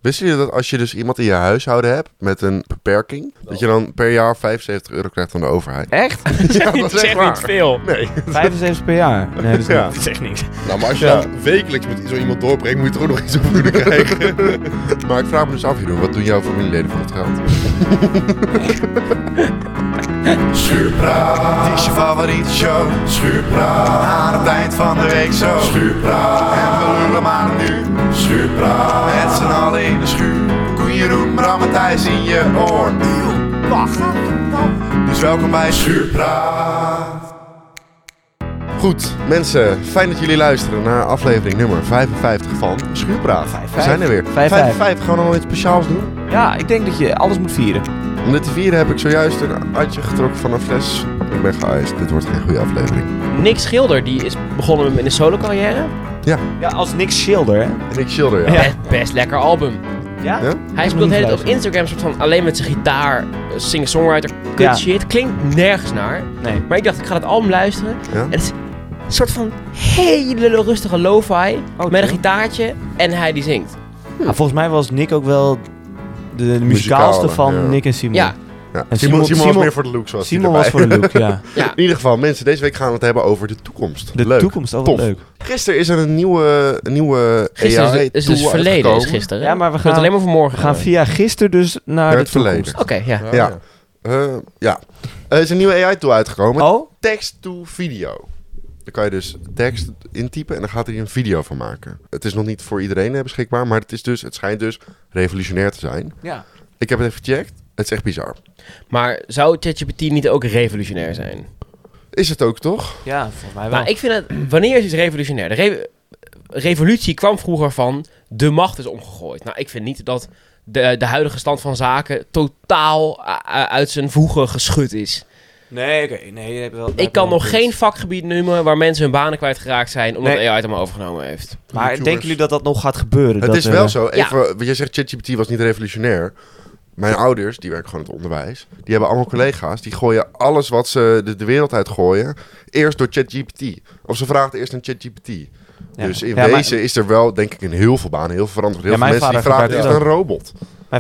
Wisten jullie dat als je dus iemand in je huishouden hebt met een beperking, dat je dan per jaar €75 krijgt van de overheid? Echt? Ja, dat is echt waar. niet veel. Nee. 75 per jaar. Nee, dat is Ja. niet. Dat zegt niks. Nou, maar als je dan wekelijks met zo iemand doorbrengt, moet je toch ook nog iets over kunnen krijgen. Maar ik vraag me dus af, Jeroen, wat doen jouw familieleden voor het geld? Schuurpraat, het is je favoriete show. Schuurpraat, aan het eind van de week zo. Schuurpraat, en we lullen maar nu. Schuurpraat, met z'n allen in de schuur. Koen, Jeroen, Bram en Thijs in je oor. Wacht. Dus welkom bij Schuurpraat. Goed, mensen, fijn dat jullie luisteren naar aflevering nummer 55 van Schuurpraat. 55. We zijn er weer. 55. Gaan we nog iets speciaals doen? Ja, ik denk dat je alles moet vieren. Om dit te vieren heb ik zojuist een uitje getrokken van een fles. Ik ben geëist, dit wordt geen goede aflevering. Nick Schilder, die is begonnen met een solo carrière. Ja, als Nick Schilder, hè? En ik Schilder, ja. Ja. Best lekker album. Ja? Ja? Hij speelt de hele tijd op Instagram soort van alleen met zijn gitaar, singer-songwriter, kut Ja. shit. Klinkt nergens naar. Nee. Maar ik dacht, ik ga het album luisteren. Ja? En het is een soort van hele rustige lo-fi met een chill. gitaartje en hij die zingt. Volgens mij was Nick ook wel de muzikaalste van ja. Nick en Simon. Ja, Ja. En Simon was Simon- meer voor de looks. Was Simon hij was voor erbij. de look, ja. ja. In ieder geval, mensen, deze week gaan we het hebben over de toekomst. De Leuk. toekomst, ook Tof. wel leuk. Gisteren is er een nieuwe Gisteren AI is dus tool verleden, is uitgekomen. gisteren. Ja, maar we kunnen het gaan- alleen maar voor morgen We gaan via gisteren dus naar het de toekomst. verleden. Oké, ja. Ja. Ja. Er is een nieuwe AI tool uitgekomen. Oh? Text-to-video. Dan kan je dus tekst intypen en dan gaat hij een video van maken. Het is nog niet voor iedereen beschikbaar, maar het schijnt dus revolutionair te zijn. Ja. Ik heb het even gecheckt. Het is echt bizar. Maar zou ChatGPT niet ook revolutionair zijn? Is het ook toch? Ja, volgens mij wel. Nou, ik vind het... Wanneer is iets revolutionair? De revolutie kwam vroeger van de macht is omgegooid. Nou, ik vind niet dat de huidige stand van zaken totaal uit zijn voegen geschud is. Nee, oké. Nee, je hebt wel, Ik kan nog geen vakgebied noemen waar mensen hun banen kwijtgeraakt zijn omdat Nee. AI het maar overgenomen heeft. Maar YouTubers. denken jullie dat dat nog gaat gebeuren? Het Dat, is wel zo. ja. Even, wat jij zegt, ChatGPT was niet revolutionair. Mijn ouders, die werken gewoon in het onderwijs, die hebben allemaal collega's. Die gooien alles wat ze de wereld uitgooien, eerst door ChatGPT. Of ze vragen eerst aan ChatGPT. Ja. Dus in Ja, maar- wezen is er wel, denk ik, in heel veel banen, heel veel veranderd. Heel Ja, veel mijn mensen die vader vragen eerst gebruikt een robot.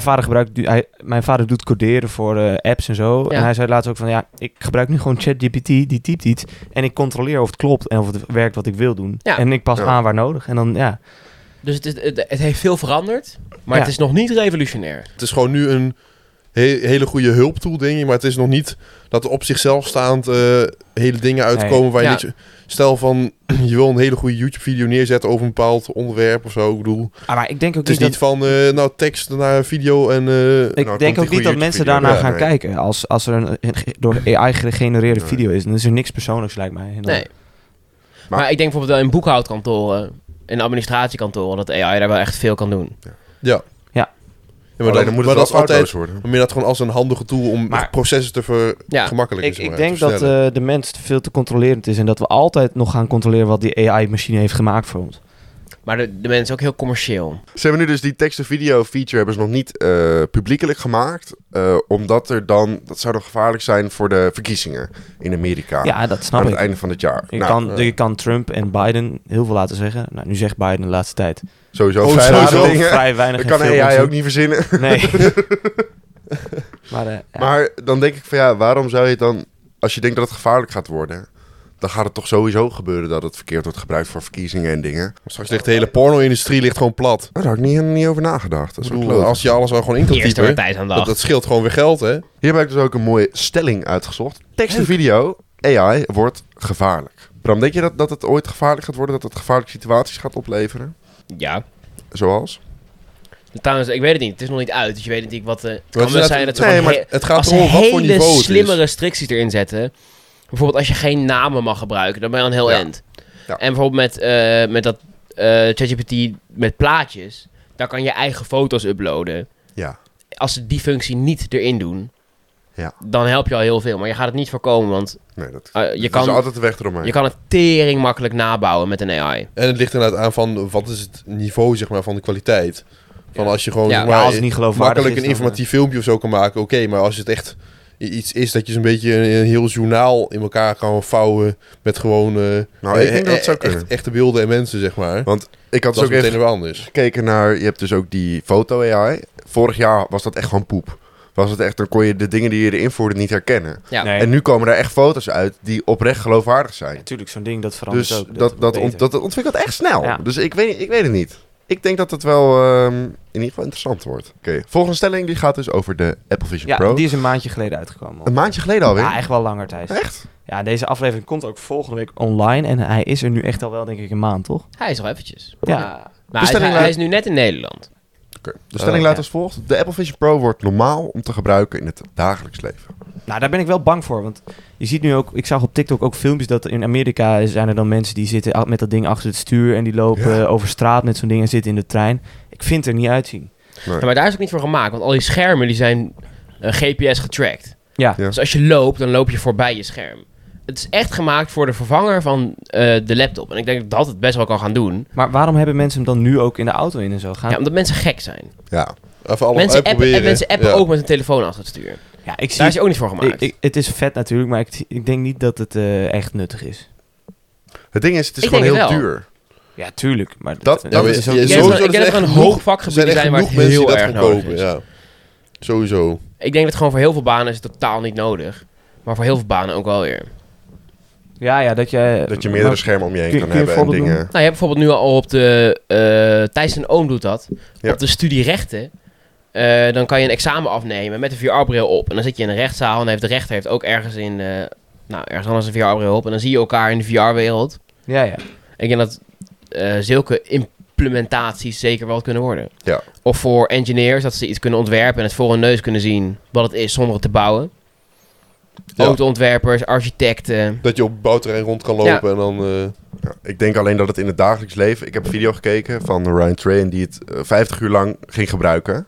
Mijn vader doet coderen voor apps en zo. Ja. En hij zei laatst ook van, ja, ik gebruik nu gewoon ChatGPT, die typt iets. En ik controleer of het klopt en of het werkt wat ik wil doen. Ja. En ik pas Ja. aan waar nodig. En dan, ja. Dus het heeft veel veranderd, maar Ja. het is nog niet revolutionair. Het is gewoon nu een hele goede hulptool, denk je. Maar het is nog niet dat er op zichzelf staand hele dingen uitkomen Nee. waar je Ja. niet... Stel van, je wil een hele goede YouTube-video neerzetten over een bepaald onderwerp of zo. Ik bedoel, Maar ik denk ook het is niet van tekst naar video en... Ik Nou, denk komt ook die niet dat goede mensen video. daarnaar Ja, gaan nee. kijken. Als er een door AI gegenereerde Nee. video is, dan is er niks persoonlijks, lijkt mij. En dan- Nee. Maar ik denk bijvoorbeeld wel in boekhoudkantoren, in administratiekantoren, dat AI daar wel echt veel kan doen. Ja. Maar dan moet het maar wel dat is altijd... worden. Maar meer dat gewoon als een handige tool om Maar- processen te vergemakkelijken. Ik denk dat de mens veel te controlerend is en dat we altijd nog gaan controleren wat die AI-machine heeft gemaakt voor ons. Maar de mensen is ook heel commercieel. Ze hebben nu dus die text-to-video feature hebben ze nog niet publiekelijk gemaakt. Omdat er dan, dat zou dan gevaarlijk zijn voor de verkiezingen in Amerika. Ja, dat snap aan ik. het einde van het jaar. Je kan Trump en Biden heel veel laten zeggen. Nou, nu zegt Biden de laatste tijd. Sowieso Oh, vrij sowieso rare dingen. vrij weinig. Dat kan en veel AI onzin. ook niet verzinnen. Nee. Maar, ja. Maar dan denk ik van ja, waarom zou je het dan... Als je denkt dat het gevaarlijk gaat worden... dan gaat het toch sowieso gebeuren dat het verkeerd wordt gebruikt voor verkiezingen en dingen. Straks ligt de hele porno-industrie ligt gewoon plat. Daar had ik niet over nagedacht. Dat is Ik wel bedoel, kloot. als je alles al gewoon in kan Eerst er weer typen, tijd aan dacht. dat scheelt gewoon weer geld, hè? Hier heb ik dus ook een mooie stelling uitgezocht. Tekst en video, AI wordt gevaarlijk. Bram, denk je dat het ooit gevaarlijk gaat worden? Dat het gevaarlijke situaties gaat opleveren? Ja. Zoals? Trouwens, ik weet het niet. Het is nog niet uit. Dus je weet niet wat... Het kan het wel is zijn net- dat ze nee, gewoon maar Het gaat als ze erom wat voor hele niveau het slimme is. restricties erin zetten. Bijvoorbeeld als je geen namen mag gebruiken, dan ben je al een heel Ja. end. Ja. En bijvoorbeeld met dat ChatGPT met plaatjes, daar kan je eigen foto's uploaden. Ja. Als ze die functie niet erin doen, Ja. dan help je al heel veel. Maar je gaat het niet voorkomen, want Nee, dat je is kan altijd de weg eromheen. je kan het tering makkelijk nabouwen met een AI. En het ligt inderdaad aan van wat is het niveau zeg maar, van de kwaliteit. Van als je gewoon Ja, zeg maar maar, als het niet geloofwaardig makkelijk is, een dan, informatief filmpje of zo kan maken, oké. Maar als je het echt iets is dat je zo'n beetje een heel journaal in elkaar kan vouwen met gewoon ik denk dat het zou kunnen. echte beelden en mensen, zeg maar. Want ik had dat dus is ook meteen even weer anders. gekeken naar... Je hebt dus ook die foto-AI. Vorig jaar was dat echt gewoon poep. Was het echt, dan kon je de dingen die je erin voerde niet herkennen. Ja. Nee. En nu komen er echt foto's uit die oprecht geloofwaardig zijn. Natuurlijk, zo'n ding dat verandert Dus ook. dat ontwikkelt echt snel. Ja. Dus ik weet het niet. Ik denk dat het wel in ieder geval interessant wordt. Oké. Volgende stelling die gaat dus over de Apple Vision Ja, Pro. die is een maandje geleden uitgekomen. Een maandje geleden alweer? Ja, echt wel langer tijd. Echt? Ja, deze aflevering komt ook volgende week online. En hij is er nu echt al wel, denk ik, een maand, toch? Hij is al eventjes. Ja. Maar hij is nu net in Nederland. Oké. De stelling luidt als volgt. De Apple Vision Pro wordt normaal om te gebruiken in het dagelijks leven. Nou, daar ben ik wel bang voor. Want je ziet nu ook... Ik zag op TikTok ook filmpjes dat in Amerika zijn er dan mensen die zitten met dat ding achter het stuur. En die lopen over straat met zo'n ding en zitten in de trein. Ik vind het er niet uitzien. Nee. Ja, maar daar is ook niet voor gemaakt. Want al die schermen die zijn GPS getracked. Ja. Ja. Dus als je loopt, dan loop je voorbij je scherm. Het is echt gemaakt voor de vervanger van de laptop. En ik denk dat het best wel kan gaan doen. Maar waarom hebben mensen hem dan nu ook in de auto in en zo gaan? Ja, omdat mensen gek zijn. Ja. Even alles Mensen appen, uitproberen. en mensen appen ook met een telefoon achter het stuur. Ja, ik zie Daar is hij ook niet voor gemaakt. het is vet natuurlijk, maar ik denk niet dat het echt nuttig is. Het ding is, het is Ik gewoon denk heel het wel. duur. Ja, tuurlijk. Maar Dat is ook... je- Ik sowieso, denk dat er er een echt hoog genoeg- vakgebied er zijn waar het genoeg mensen heel die dat erg gaan nodig kopen. is. Ja. Sowieso. Ik denk dat gewoon voor heel veel banen is het totaal niet nodig. Maar voor heel veel banen ook wel weer. Ja, dat je... Dat je meerdere schermen om je heen kun- kan kun je hebben en een voorbeeld dingen. Nou, je hebt bijvoorbeeld nu al op de... Thijs en Oom doet dat. Ja. Op de studie rechten. Dan kan je een examen afnemen met een VR-bril op. En dan zit je in een rechtszaal en de rechter heeft ook ergens in... ergens anders een VR-bril op. En dan zie je elkaar in de VR-wereld. Ja. Ik denk dat zulke implementaties zeker wel kunnen worden. Ja. Of voor engineers, dat ze iets kunnen ontwerpen en het voor hun neus kunnen zien wat het is zonder het te bouwen. Ja. Autoontwerpers, architecten. Dat je op het bouwterrein rond kan lopen en dan... Ja, ik denk alleen dat het in het dagelijks leven... Ik heb een video gekeken van Ryan Train die het 50 uur lang ging gebruiken.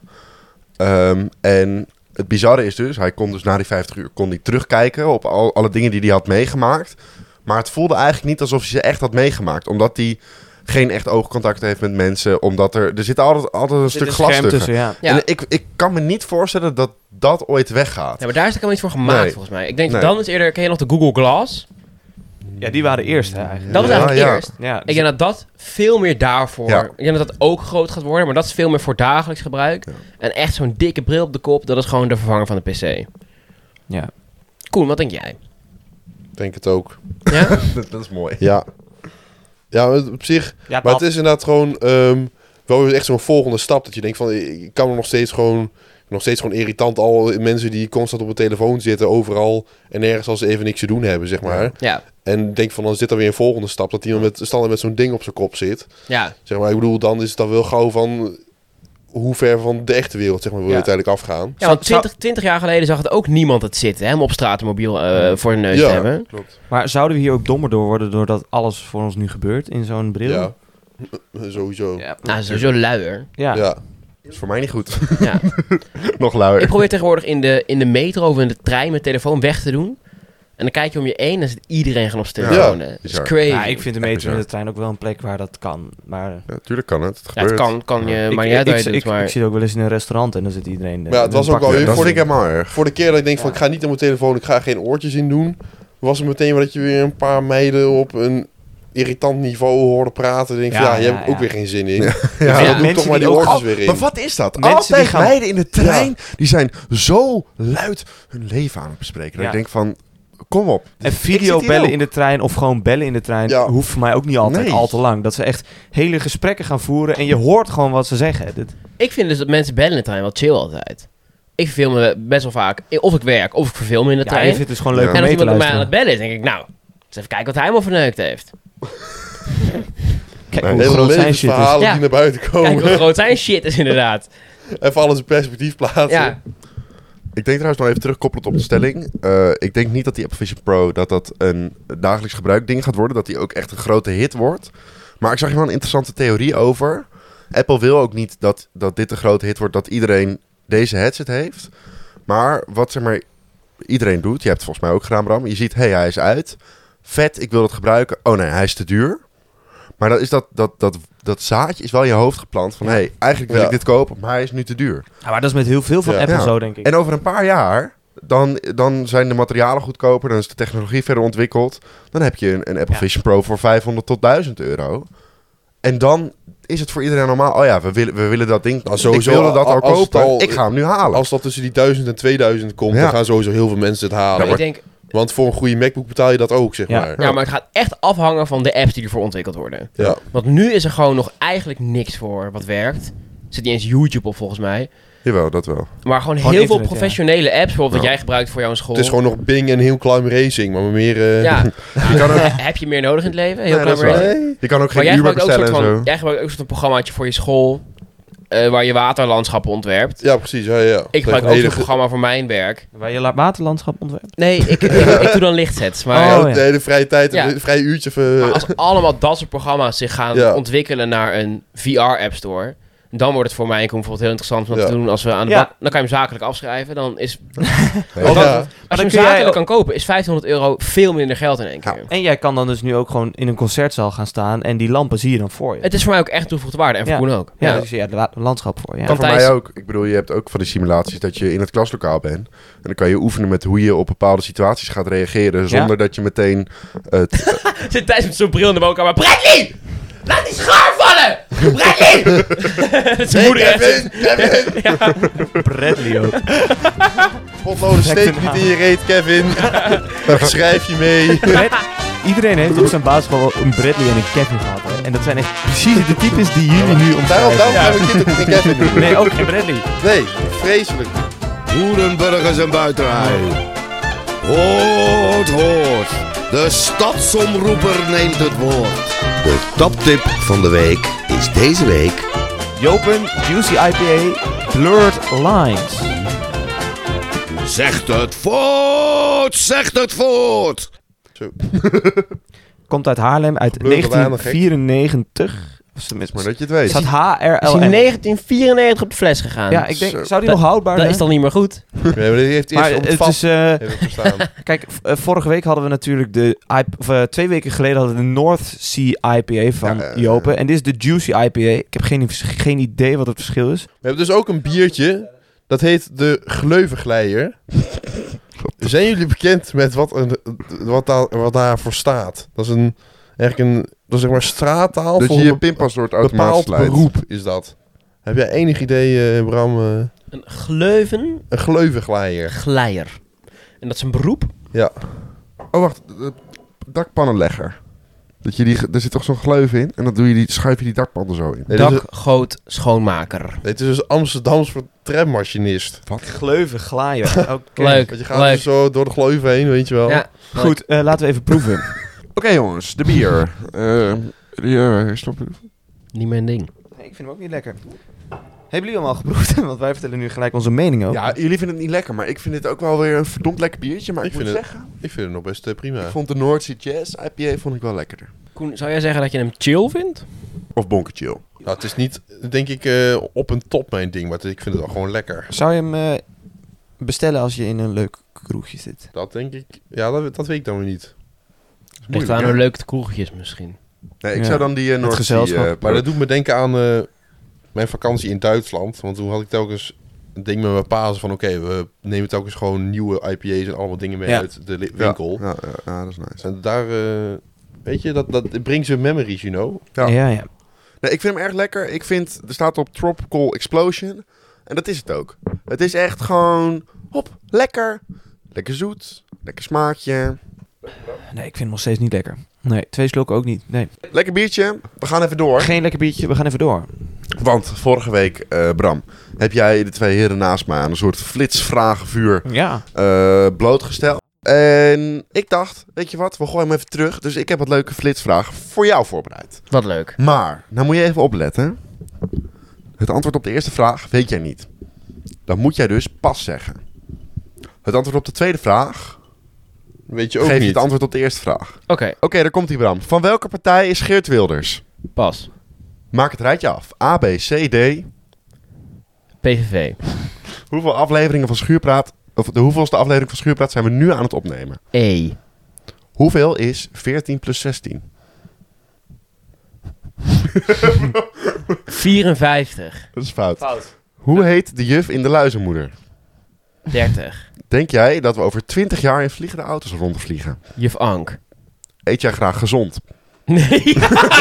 En het bizarre is dus... Hij kon dus na die 50 uur terugkijken op alle dingen die hij had meegemaakt. Maar het voelde eigenlijk niet alsof hij ze echt had meegemaakt. Omdat hij geen echt oogcontact heeft met mensen. Omdat er zit altijd een stuk glas tussen. ja. Ja. En ik kan me niet voorstellen dat dat ooit weggaat. Ja, maar daar is het helemaal niet voor gemaakt Nee. volgens mij. Ik denk Nee. dan is eerder, ken je nog de Google Glass? Ja, die waren eerst hè, eigenlijk. Dat was Ja, eigenlijk ja. eerst. Ja, Ik denk dat dat veel meer daarvoor... Ja. Ik denk dat dat ook groot gaat worden, maar dat is veel meer voor dagelijks gebruik. Ja. En echt zo'n dikke bril op de kop, dat is gewoon de vervanger van de PC. ja. Koen, wat denk jij? denk het ook. Ja? Dat is mooi. Ja. Ja, op zich... Ja, Maar het is inderdaad gewoon wel weer echt zo'n volgende stap. Dat je denkt van, ik kan er nog steeds gewoon irritant al mensen die constant op de telefoon zitten, overal en nergens als ze even niks te doen hebben, zeg maar. Ja. En denk van, dan zit er weer een volgende stap. Dat iemand standaard met zo'n ding op zijn kop zit. Ja. Zeg maar, ik bedoel, dan is het dan wel gauw van hoe ver van de echte wereld, zeg maar, wil je Ja. uiteindelijk afgaan. Ja, want 20 jaar geleden zag het ook niemand het zitten, hè, om op straat een mobiel voor de neus Ja. te hebben. Klopt. Maar zouden we hier ook dommer door worden doordat alles voor ons nu gebeurt in zo'n bril? Ja, sowieso. Ja. Nou, sowieso luier. Ja. Ja. Dat is voor mij niet goed. Ja. Nog luier. Ik probeer tegenwoordig in de metro of in de trein mijn telefoon weg te doen. En dan kijk je om je heen en dan zit iedereen gaan op zijn Ja. telefoon. Ja, hè. Dat is bizar. crazy. Ja, ik vind de metro bizar. en de trein ook wel een plek waar dat kan. Maar Ja, natuurlijk kan het. Het Ja, het gebeurt. kan je, ik, maar niet uit waar je doet, ik maar... zit ook wel eens in een restaurant en dan zit iedereen... Maar ja, het met was een ook pak- wel Ja, dat voor vind de- ik helemaal erg. Voor de keer dat ik denk van, ik ga niet op mijn telefoon, ik ga geen oortjes in doen, was het meteen wel dat je weer een paar meiden op een irritant niveau hoorde praten. Dan denk ik, Ja, je ja, hebt ook ja. weer geen zin in. Ja. Ja, Ja. dan doe ik Mensen toch maar die die ook- oortjes weer in. Maar wat is dat? Mensen Altijd die gaan- meiden in de trein, die zijn zo luid hun leven aan het bespreken. Dat Ja. ik denk van, kom op. En Ik zit hier videobellen ook. in de trein of gewoon bellen in de trein Ja. hoeft voor mij ook niet altijd Nee. al te lang. Dat ze echt hele gesprekken gaan voeren en je hoort gewoon wat ze zeggen. Ik vind dus dat mensen bellen in de trein wel chill altijd. Ik verveel me best wel vaak. Of ik werk, of ik verveel me in de Ja, trein. je vindt het gewoon leuk Ja. om En als mee te iemand bij mij aan luisteren. het bellen is, denk ik, nou, eens even kijken wat hij allemaal verneukt heeft. Kijk Nee, hoe Hele groot zijn shit is. levensverhalen Ja. die naar buiten Kijk komen. hoe groot zijn shit is inderdaad. Even alles in perspectief plaatsen. Ja. Ik denk trouwens nog even terugkoppelend op de stelling. Ik denk niet dat die Apple Vision Pro dat een dagelijks gebruik ding gaat worden. Dat die ook echt een grote hit wordt. Maar ik zag hier wel een interessante theorie over. Apple wil ook niet dat dit een grote hit wordt, dat iedereen deze headset heeft. Maar wat zeg maar iedereen doet, je hebt het volgens mij ook gedaan, Bram. Je ziet, hey, hij is uit. Vet, ik wil het gebruiken. Oh nee, hij is te duur. Maar dat zaadje is wel in je hoofd geplant van, hey, eigenlijk wil Ja. ik dit kopen, maar hij is nu te duur. Ja, maar dat is met heel veel van Ja. Apple Ja. zo, denk ik. En over een paar jaar Dan zijn de materialen goedkoper. Dan is de technologie verder ontwikkeld. Dan heb je een Apple Vision Pro voor 500 tot 1000 euro. En dan is het voor iedereen normaal. Oh ja, we willen dat ding. Nou, sowieso, ik wilde dat al als het kopen. Ik ga hem nu halen. Als dat tussen die 1000 en 2000 komt, dan gaan sowieso heel veel mensen het halen. Ja, ik denk, Want voor een goede MacBook betaal je dat ook, zeg maar. ja, maar het gaat echt afhangen van de apps die ervoor ontwikkeld worden. Ja. Want nu is er gewoon nog eigenlijk niks voor wat werkt. Er zit niet eens YouTube op volgens mij. Jawel, dat wel. Maar gewoon heel internet, veel professionele apps, bijvoorbeeld wat Ja. jij gebruikt voor jouw school. Het is gewoon nog Bing en heel Climb Racing, maar meer... Ja, Je kan ook, heb je meer nodig in het leven? Heel Nee, dat klein is waar. beetje. je kan ook Maar geen jij Uber gebruikt ook bestellen en zo. jij gebruikt ook een soort programmaatje voor je school, waar je waterlandschappen ontwerpt. Ja, precies. Ja. Ik gebruik ook zo'n programma voor mijn werk. Waar je waterlandschap ontwerpt. Nee, ik doe dan lichtsets. Maar Oh, ja. De hele vrije tijd, Ja. een vrije uurtje. maar als allemaal dat soort programma's zich gaan Ja. ontwikkelen naar een VR-app store, dan wordt het voor mij bijvoorbeeld heel interessant om Ja. te doen als we aan de Ja. dan kan je hem zakelijk afschrijven. Dan is, Ja. als je dan hem kun jij zakelijk ook- kan kopen, is €500 veel minder geld in één keer. En jij kan dan dus nu ook gewoon in een concertzaal gaan staan en die lampen zie je dan voor je. Het is voor mij ook echt toegevoegde waarde. En voor Ja. Koen ook. Ja, Ja. dus ja, het landschap voor je. Ja. Maar Want voor Thijs- mij ook. Ik bedoel, je hebt ook van die simulaties dat je in het klaslokaal bent. En dan kan je oefenen met hoe je op bepaalde situaties gaat reageren. Zonder dat je meteen... Zit Thijs met zo'n bril in de woonkamer. Bradley! Laat die schaar vallen! Bradley! Zijn moeder echt. Kevin! Bradley ook. Potloden steek niet in je reet, Kevin. Schrijf je mee. Iedereen heeft op zijn basisschool een Bradley en een Kevin gehad. Hè. En dat zijn echt precies de types die jullie nu omschrijven. Daarom gaan we kind ook geen Kevin doen. Nee, ook geen Bradley. Nee, vreselijk. Boerenburgers en buitenrij. Hoort, hoort. De stadsomroeper neemt het woord. De toptip van de week is deze week... Jopen, Juicy IPA, Blurred Lines. Zegt het voort, zegt het voort. Zo. Komt uit Haarlem uit Blurred Lines, gek. 1994. Of Maar tenminste, dat je het weet. er staat Is HRLM. in 1994 op de fles gegaan. Ja, ik denk, Zo. zou die nog houdbaar Dat zijn? is dan niet meer goed. Ja, maar die heeft eerst Maar op het het vat is... heeft het gestaan. Kijk, vorige week hadden we natuurlijk de... 2 weken geleden hadden we de North Sea IPA van Jopen. En dit is de Juicy IPA. Ik heb geen idee wat het verschil is. We hebben dus ook een biertje. Dat heet de Gleuvenglijer. Zijn jullie bekend met wat daarvoor staat? Dat is eigenlijk een zeg maar straattaal Dat voor je je een pinpas door het automaat bepaald slijt. beroep is dat. Heb jij enig idee, Bram? Een gleuven Een gleuvenglijer. glijer. En dat is een beroep? Ja. Oh, wacht. Dakpannenlegger. Er zit toch zo'n gleuf in? En dan schuif je die dakpan er zo in. Nee, dit is- Dakgoot schoonmaker. dit is dus Amsterdams voor trammachinist. Gleuven glaaier. Oké. Leuk, Want je gaat leuk. dus zo door de gleuven heen, weet je wel. Ja, Goed, laten we even proeven. Oké, jongens, de bier. Stop. niet mijn ding. Nee, ik vind hem ook niet lekker. Hebben jullie hem al geproefd? Want wij vertellen nu gelijk onze mening over. Ja, jullie vinden het niet lekker, maar ik vind dit ook wel weer een verdomd lekker biertje. Maar Ik ik moet vind het- zeggen, Ik vind het nog best prima. ik vond de North Sea Jazz IPA vond ik wel lekkerder. Koen, zou jij zeggen dat je hem chill vindt? Of Bonker Chill. Nou, het is niet, denk ik, op een top mijn ding, maar ik vind het wel gewoon lekker. Zou je hem bestellen als je in een leuk kroegje zit? Dat denk ik. Ja, dat weet ik dan weer niet. Ligt aan hoe leuk de kroegje is misschien. Nee, ik Ja. zou dan die North gezelschap. Sea... Maar dat doet me denken aan mijn vakantie in Duitsland. Want toen had ik telkens een ding met mijn pa. Van oké, we nemen telkens gewoon nieuwe IPA's en allemaal dingen mee Ja. uit de winkel. Ja, dat is nice. En daar, weet je, dat brengt ze memories, you know. Ja. Ja. Nee, ik vind hem erg lekker. Ik vind, er staat op Tropical Explosion. En dat is het ook. Het is echt gewoon, hop, lekker. Lekker zoet. Lekker smaakje. Nee, ik vind hem nog steeds niet lekker. Nee, 2 slokken ook niet. Nee. Lekker biertje. We gaan even door. Geen lekker biertje, we gaan even door. Want vorige week, Bram, heb jij de 2 heren naast me aan een soort flitsvragenvuur Ja. blootgesteld. En ik dacht, weet je wat, we gooien hem even terug. Dus ik heb wat leuke flitsvragen voor jou voorbereid. Wat leuk. Maar, nou moet je even opletten. Het antwoord op de eerste vraag weet jij niet. Dan moet jij dus pas zeggen. Het antwoord op de tweede vraag Weet je ook geef je niet. het antwoord op de eerste vraag. Oké, Oké, daar komt hij, Bram. Van welke partij is Geert Wilders? pas. Maak het rijtje af. A, B, C, D. PVV. Hoeveel afleveringen van Schuurpraat, of de hoeveelste aflevering van Schuurpraat zijn we nu aan het opnemen? E. Hoeveel is 14 plus 16? 54. Dat is fout. Hoe heet de juf in de luizenmoeder? 30. Denk jij dat we over 20 jaar in vliegende auto's rondvliegen? Juf Ank. Eet jij graag gezond? Nee.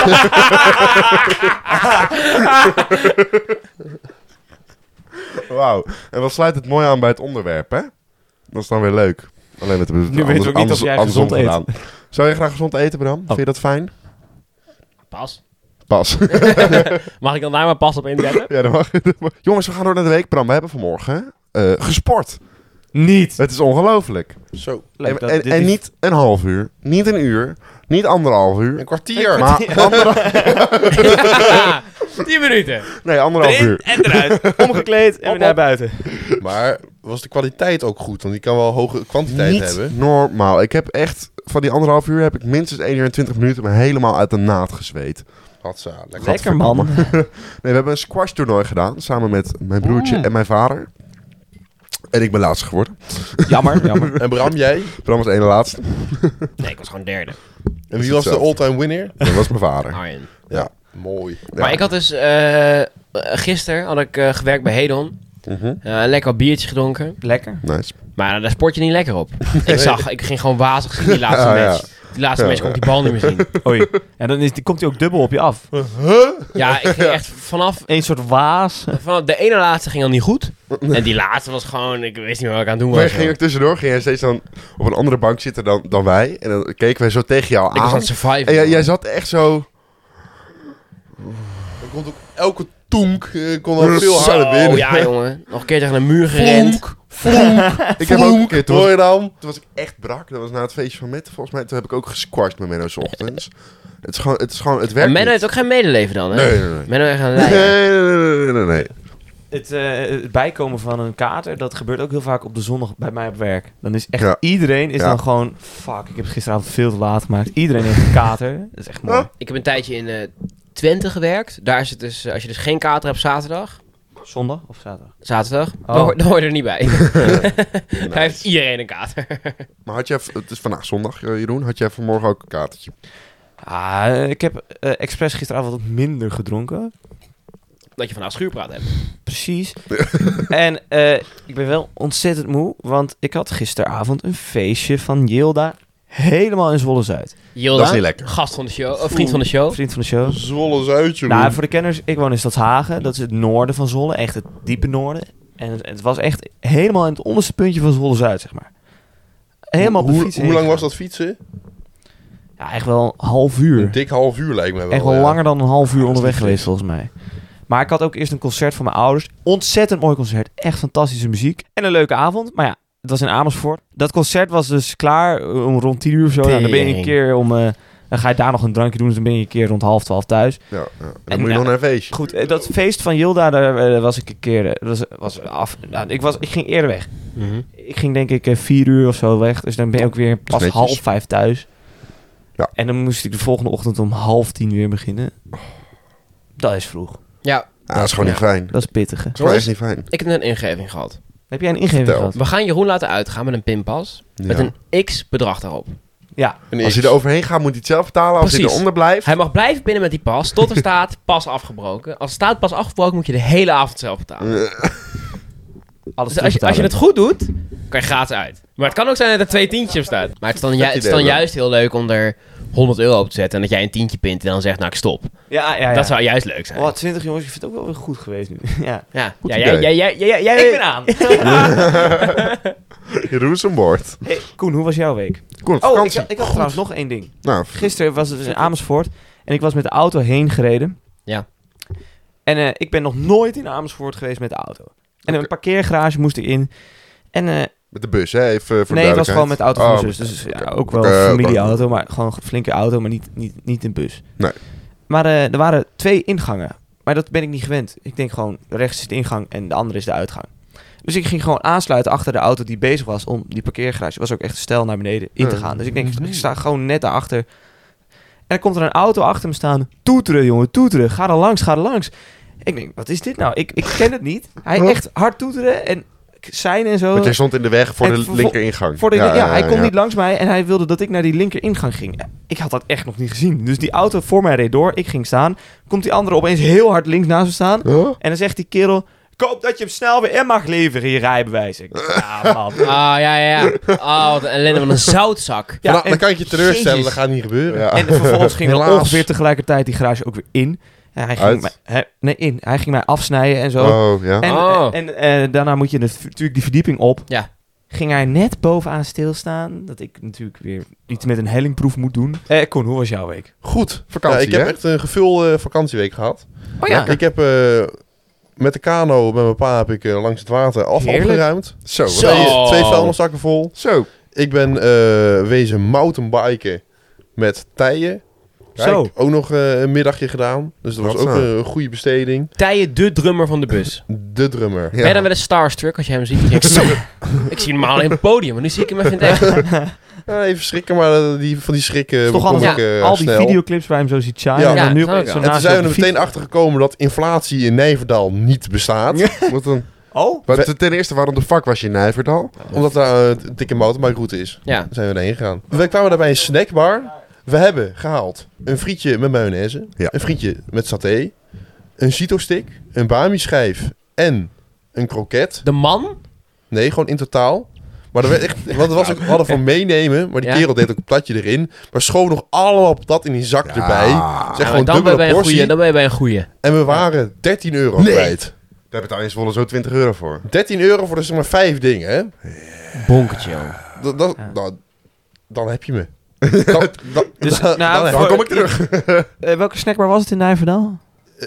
Wauw. En wat sluit het mooi aan bij het onderwerp, hè? Dat is dan weer leuk. Alleen met Nu weten we ook niet of jij gezond eet. gedaan. Zou je graag gezond eten, Bram? Vind je dat fijn? Pas. Pas. Mag ik dan daar maar pas op inzetten? Ja, dat mag. Jongens, we gaan door naar de week, Bram. We hebben vanmorgen gesport. Niet. Het is ongelooflijk. Zo. Leuk, dat- En dit is- niet een half uur, niet een uur, niet 1,5 uur. Een kwartier. Maar 10 minuten. nee, 1,5 uur. En eruit. Omgekleed en weer naar buiten. Maar was de kwaliteit ook goed? Want die kan wel hoge kwantiteit Niet hebben. normaal. Ik heb echt, van die 1,5 uur heb ik minstens 1 uur en 20 minuten me helemaal uit de naad gezweet. Hatsa, lekker. Lekker man. Nee, we hebben een squash toernooi gedaan, samen met mijn broertje en mijn vader. En ik ben laatste geworden. Jammer. En Bram, jij? Bram was de ene laatste. Nee, ik was gewoon derde. En wie was de all-time winner? Dat was mijn vader. Arjen. Ja, mooi. Ja. Maar ik had dus... gisteren had ik gewerkt bij Hedon. Mhm. Lekker wat biertjes gedronken. Lekker. Nice. Maar daar sport je niet lekker op. Ik ging gewoon wazig zien die laatste Ja, ja. match. Die laatste match kon ik die bal niet meer zien. Oei. En dan komt hij ook dubbel op je af. Ja, ik ging echt vanaf Eén soort waas. de ene laatste ging al niet goed. En die laatste was gewoon... Ik wist niet meer wat ik aan het doen Maar was. ging er tussendoor, ging jij steeds dan op een andere bank zitten dan wij. En dan keken wij zo tegen jou Ik was aan. aan het surviven. En jij zat echt zo... Er komt ook elke toenk kon al veel harder Zo, binnen. ja jongen. Nog een keer tegen een muur gerend. Ik heb ook een keer, Hoor je dan? toen was ik echt brak. Dat was na het feestje van Mitte, volgens mij. Toen heb ik ook gesquashed met Menno 's ochtends. Het werkt En Menno niet. heeft ook geen medeleven dan, hè? Nee. Menno heeft een leier. Nee. Het bijkomen van een kater, dat gebeurt ook heel vaak op de zondag bij mij op werk. Dan is echt Ja. iedereen is Ja. dan gewoon... Fuck, ik heb het gisteravond veel te laat gemaakt. Iedereen heeft een kater. Dat is echt mooi. Ja. Ik heb een tijdje in Twente gewerkt. Daar is het dus... als je dus geen kater hebt zaterdag... Zondag of zaterdag? Zaterdag, Oh. dan hoor je er niet bij. Daar heeft iedereen een kater. Maar had jij, het is vandaag zondag, Jeroen, had jij vanmorgen ook een katertje? Ik heb expres gisteravond wat minder gedronken. Dat je vandaag schuurpraat hebt. Precies. En ik ben wel ontzettend moe, want ik had gisteravond een feestje van Yilda helemaal in Zwolle-Zuid. Yilda, Dat is niet lekker. gast van de show, vriend van de show. Vriend van de show. Zwolle Zuid, Jeroen. Nou, voor de kenners, ik woon in Stadshagen. Dat is het noorden van Zwolle, echt het diepe noorden. En het was echt helemaal in het onderste puntje van Zwolle-Zuid, zeg maar. Helemaal op de fiets. Hoe lang was dat fietsen? Ja, echt wel een half uur. Een dik half uur lijkt me wel. Echt wel ja. langer dan een half uur onderweg niet geweest, volgens mij. Maar ik had ook eerst een concert van mijn ouders. Ontzettend mooi concert. Echt fantastische muziek. En een leuke avond. Maar ja, het was in Amersfoort. Dat concert was dus klaar om rond 10 uur of zo. Nou, dan ben je een keer dan ga je daar nog een drankje doen. Dus dan ben je een keer rond 11:30 thuis. Ja. En dan En moet je ja, nog naar een feestje. Goed, dat feest van Yilda, daar was ik een keer... was af. Nou, ik ging eerder weg. Ik ging denk ik 4 uur of zo weg. Dus dan ben je ook weer pas netjes. 4:30 thuis. Ja. En dan moest ik de volgende ochtend om 9:30 weer beginnen. Dat is vroeg. Ja, Ja, dat is gewoon niet fijn. Dat is pittig, hè. Dat is gewoon echt niet fijn. ik heb net een ingeving gehad. Heb jij een ingeving Vertel. gehad? We gaan Jeroen laten uitgaan met een pinpas. Met Ja. een x-bedrag daarop. Ja. Als hij er overheen gaat, moet hij het zelf betalen. Als hij Precies. eronder blijft... Hij mag blijven binnen met die pas tot er staat pas afgebroken. Als er staat pas afgebroken, moet je de hele avond zelf betalen. Alles Dus als je het goed doet, kan je gratis uit. Maar het kan ook zijn dat er 2 tientjes op staat. Maar het is dan juist heel leuk om er €100 op te zetten. En dat jij een tientje pint en dan zegt, nou ik stop. Ja. Dat zou juist leuk zijn. Oh, 20 jongens, je vindt het ook wel weer goed geweest nu. Ja. Ja, Goed ja idee. jij Ik ben aan. Jeroen is aan boord. Hey, Koen, hoe was jouw week? Koen, op Oh, vakantie. ik had trouwens nog één ding. Nou, Gisteren was het in Amersfoort en ik was met de auto heen gereden. Ja. En ik ben nog nooit in Amersfoort geweest met de auto. En een parkeergarage moest ik in. En met de bus, hè? Even voor de nee, het was duidelijkheid. gewoon met de auto van Oh, mijn zus. Dus ja, ook wel Oké, een familieauto, maar gewoon een flinke auto, maar niet een bus. Nee. Maar er waren 2 ingangen. Maar dat ben ik niet gewend. Ik denk gewoon, rechts is de ingang en de andere is de uitgang. Dus ik ging gewoon aansluiten achter de auto die bezig was om die parkeergarage. Was ook echt stijl naar beneden in te gaan. Dus ik denk, ik sta gewoon net daarachter. En dan komt er een auto achter me staan. Toeteren, jongen, toeteren. Ga er langs. Ik denk, wat is dit nou? Ik ken het niet. Hij echt hard toeteren en zijn en zo. Want jij stond in de weg voor En de voor- linkeringang. Hij kon niet langs mij en hij wilde dat ik naar die linkeringang ging. Ja, ik had dat echt nog niet gezien. Dus die auto voor mij reed door. Ik ging staan. Komt die andere opeens heel hard links naast me staan. Huh? En dan zegt die kerel, Ik hoop dat je hem snel weer in mag leveren, je rijbewijs. Ja, man. Ja. Oh, wat een ellende van een zoutzak. Ja, dan kan ik je teleurstellen, Jezus. dat gaat niet gebeuren. Ja. En vervolgens ging er Helaas. ongeveer tegelijkertijd die garage ook weer in. En hij ging hij ging mij afsnijden en zo. Oh, ja. En daarna moet je natuurlijk die verdieping op. Ja. Ging hij net bovenaan stilstaan. Dat ik natuurlijk weer iets met een hellingproef moet doen. Koen, hoe was jouw week? Goed. Vakantie, Ik heb hè? echt een gevulde vakantieweek gehad. Oh ja. Ik heb met de kano met mijn pa heb ik langs het water afval Heerlijk. opgeruimd. Zo. wat- Zo. 2 vuilniszakken vol. Zo. Ik ben wezen mountainbiken met Tijen. Kijk, Zo. ook nog een middagje gedaan. Dus dat was Wat ook zo. een goede besteding. Tijen, de drummer van de bus. De drummer. Ja. Ben je dan wel eens starstruck als je hem ziet? Ik zie hem normaal in het podium, maar nu zie ik hem even in het echt. Ja, even schrikken, maar van die schrikken Het is toch begon anders ik al die snel. videoclips waar je hem zo ziet shine. Ja. En dan Ja, nu dat snap ik zo wel. En naast toen zijn we je er op de meteen achter gekomen dat inflatie in Nijverdal niet bestaat. Wat dan? fiets. Oh? Maar ten eerste, waarom de fuck was je in Nijverdal? Omdat daar een dikke mountainbikeroute is. Ja. Daar zijn we erheen gegaan. We kwamen daar bij een snackbar. We hebben gehaald een frietje met mayonaise. Ja. Een frietje met saté. Een Cito-stick. Een bami-schijf. En een kroket. De man? Nee, gewoon in totaal. Maar er werd echt, want het was ook, we hadden van meenemen. Maar die Ja. kerel deed ook een platje erin. Maar schoof nog allemaal patat in die zak erbij. Zeg Ja, gewoon dan ben je dubbele bij een portie. goeie. Dan ben je bij een goeie. En we waren €13 kwijt. Daar betaal je Zwolle zo €20 voor. €13 voor dus zeg maar 5 dingen, hè? Bonkertje, joh. Dan heb je me. Dus, Dan Dan kom ik terug. welke snackbar was het in Nijverdal?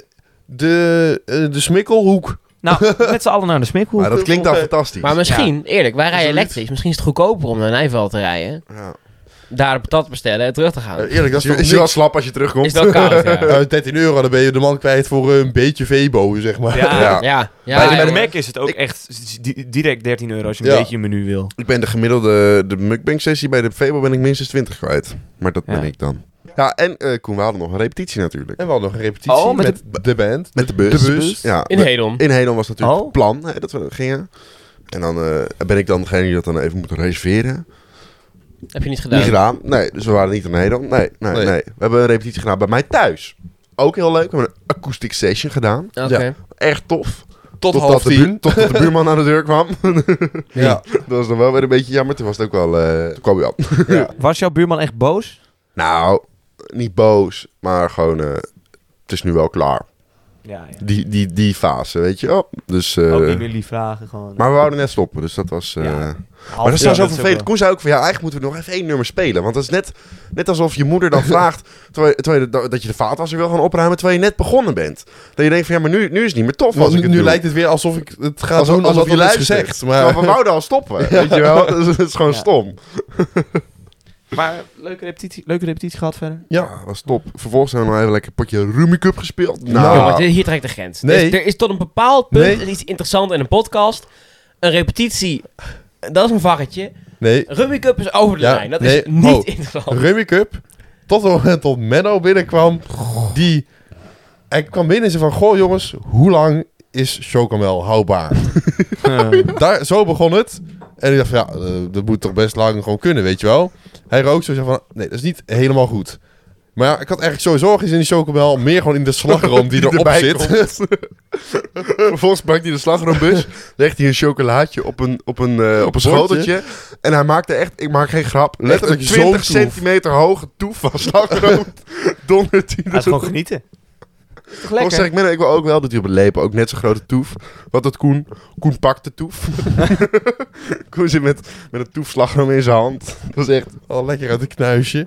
De Smikkelhoek. Nou, met z'n allen naar de Smikhoek. Maar dat klinkt al fantastisch. Maar misschien, eerlijk, wij rijden Absoluut. elektrisch. Misschien is het goedkoper om naar Nijveld te rijden. Ja. Daar de patat bestellen en terug te gaan. Eerlijk, dat is toch Is je wel niks. slap als je terugkomt? Is dat koud, ja. €13, dan ben je de man kwijt voor een beetje Vebo, zeg maar. Ja. Ja. Ja, Bij de ja. Mac is het ook echt direct €13 als je een Ja. beetje een menu wil. Ik ben de gemiddelde mukbang sessie bij de Febo ben ik minstens 20 kwijt. Maar dat Ja. ben ik dan. Ja, en Koen, we hadden nog een repetitie natuurlijk. En we hadden nog een repetitie Oh, met met de band. Met de bus. De bus. Ja, In Hedon. In Hedon was natuurlijk Oh. het plan hè, dat we gingen. En dan ben ik dan degene die dat dan even moet reserveren. Heb je niet gedaan? Niet gedaan. Nee, dus we waren niet in Hedon. Nee. Nee. We hebben een repetitie gedaan bij mij thuis. Ook heel leuk. We hebben een acoustic session gedaan. Oké. Echt tof. Tot Totdat half 10. Totdat de buurman aan de deur kwam. Ja. Dat was dan wel weer een beetje jammer. Toen was het ook wel... toen kwam hij al. Ja. Was jouw buurman echt boos? Nou, niet boos. Maar gewoon... het is nu wel klaar. Ja. Die fase, weet je wel. Dus, Ook niet meer lief vragen gewoon. maar we wouden net stoppen. Dus dat was... Ja. Maar dat is dan zo vervelend. Koen zei ook van ja, eigenlijk moeten we nog even 1 nummer spelen. Want dat is net alsof je moeder dan vraagt terwijl dat je de vaatwasser wil gaan opruimen terwijl je net begonnen bent. Dat je denkt van ja, maar nu is het niet meer tof als Want ik het nu doe. lijkt het weer alsof ik het ga alsof, doen alsof alsof je je luistert. gezegd. Maar Maar we wouden al stoppen, weet je wel. Dus het is gewoon Ja. stom. Maar leuke repetitie gehad verder? Ja, was top. Vervolgens hebben we nog even lekker een potje Rummikub gespeeld. Ja, Nou, maar hier trekt de grens. Nee. Er is tot een bepaald punt Nee. iets interessants in een podcast. Een repetitie, dat is een varretje. nee, Rummy Cup is over de Ja, lijn. Dat nee, is niet ho. interessant. Rummy Cup. Tot het moment dat Menno binnenkwam. Hij kwam binnen en zei van... Goh jongens, hoe lang is chocomel houdbaar? Zo begon het. En ik dacht van ja, dat moet toch best lang gewoon kunnen, weet je wel. Hij rookt zo en zei van... Nee, dat is niet helemaal goed. Maar ja, ik had eigenlijk sowieso geen zin in die chocomel. Meer gewoon in de slagroom die erop erbij zit. komt. Vervolgens pakt hij de slagroombus, legt hij een chocolaatje op een schoteltje. En hij maakte echt, ik maak geen grap, letterlijk zo'n 20 toef. centimeter hoge toef van slagroom. Dondert hij Dat is er gewoon genieten. Toch Volgens zeg ik, ik wil ook wel dat hij op een lepel ook net zo'n grote toef. Wat dat Koen pakt de toef. Koen zit met een toefslagroom in zijn hand. Dat was echt, Oh, lekker uit het knuisje.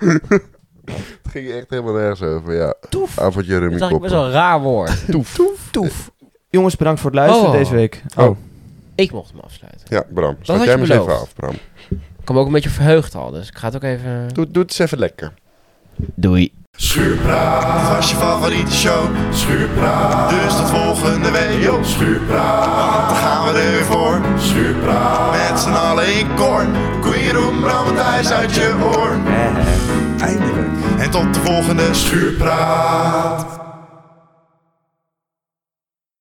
het ging echt helemaal nergens over, ja. Toef. Avondje Dat is rummy eigenlijk best wel een raar woord. Toef. Jongens, bedankt voor het luisteren Oh. deze week. Oh. Ik mocht hem afsluiten. Ja, Bram, sluit had jij je me eens even beloofd. af, Bram. Ik kwam ook een beetje verheugd al, dus ik ga het ook even... Doe het eens even lekker. Doei. Schuurpraat, dit was je favoriete show. Schuurpraat, dus tot volgende week. Yo, Schuurpraat, want dan gaan we er weer voor. Schuurpraat, met z'n allen in koor. Koen, Jeroen, Bram en Thijs uit je oor. Eindelijk. En tot de volgende Schuurpraat.